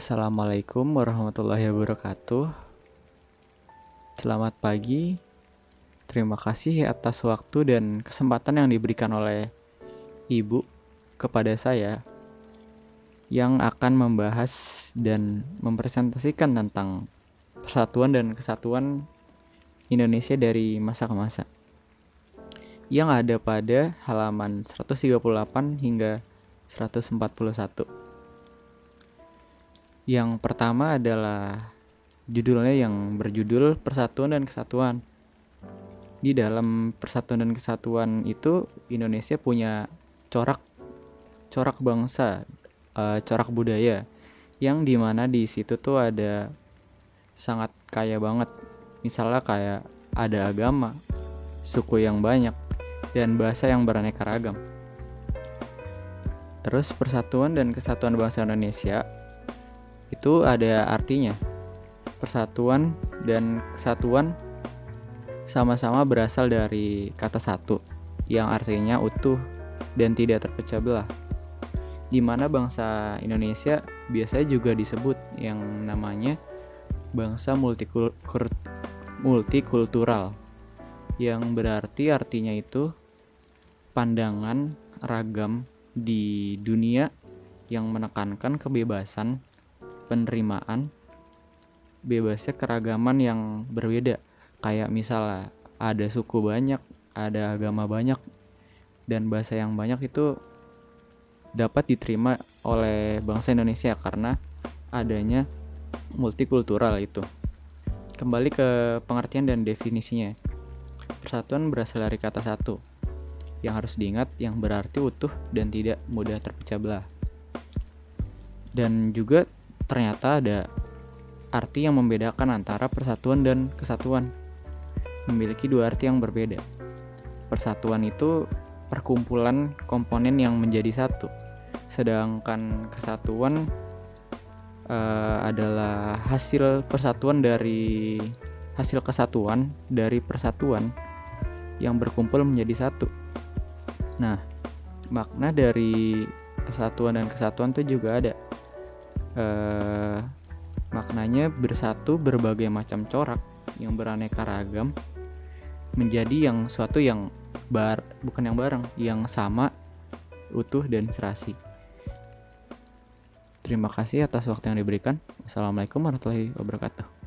Assalamualaikum warahmatullahi wabarakatuh. Selamat pagi. Terima kasih atas waktu dan kesempatan yang diberikan oleh Ibu kepada saya yang akan membahas dan mempresentasikan tentang persatuan dan kesatuan Indonesia dari masa ke masa yang ada pada halaman 138 hingga 141. Yang pertama adalah judulnya yang berjudul Persatuan dan Kesatuan. Di dalam Persatuan dan Kesatuan itu Indonesia punya corak bangsa, corak budaya yang dimana di situ tuh ada sangat kaya banget. Misalnya kayak ada agama, suku yang banyak, dan bahasa yang beraneka ragam. Terus Persatuan dan Kesatuan Bangsa Indonesia itu ada artinya. Persatuan dan kesatuan sama-sama berasal dari kata satu yang artinya utuh dan tidak terpecah belah. Di mana bangsa Indonesia biasanya juga disebut yang namanya bangsa multikultural, yang berarti artinya itu pandangan ragam di dunia yang menekankan kebebasan, penerimaan, bebasnya keragaman yang berbeda. Kayak misalnya ada suku banyak, ada agama banyak, dan bahasa yang banyak itu dapat diterima oleh bangsa Indonesia karena adanya multikultural itu. Kembali ke pengertian dan definisinya. Persatuan berasal dari kata satu yang harus diingat, yang berarti utuh dan tidak mudah terpecah belah. Dan juga ternyata ada arti yang membedakan antara persatuan dan kesatuan. Memiliki dua arti yang berbeda. Persatuan itu perkumpulan komponen yang menjadi satu. Sedangkan kesatuan adalah hasil kesatuan dari persatuan yang berkumpul menjadi satu. Nah, makna dari persatuan dan kesatuan itu juga ada. Maknanya bersatu berbagai macam corak yang beraneka ragam menjadi yang suatu yang bukan yang bareng, yang sama, utuh dan serasi. Terima kasih atas waktu yang diberikan. Wassalamualaikum warahmatullahi wabarakatuh.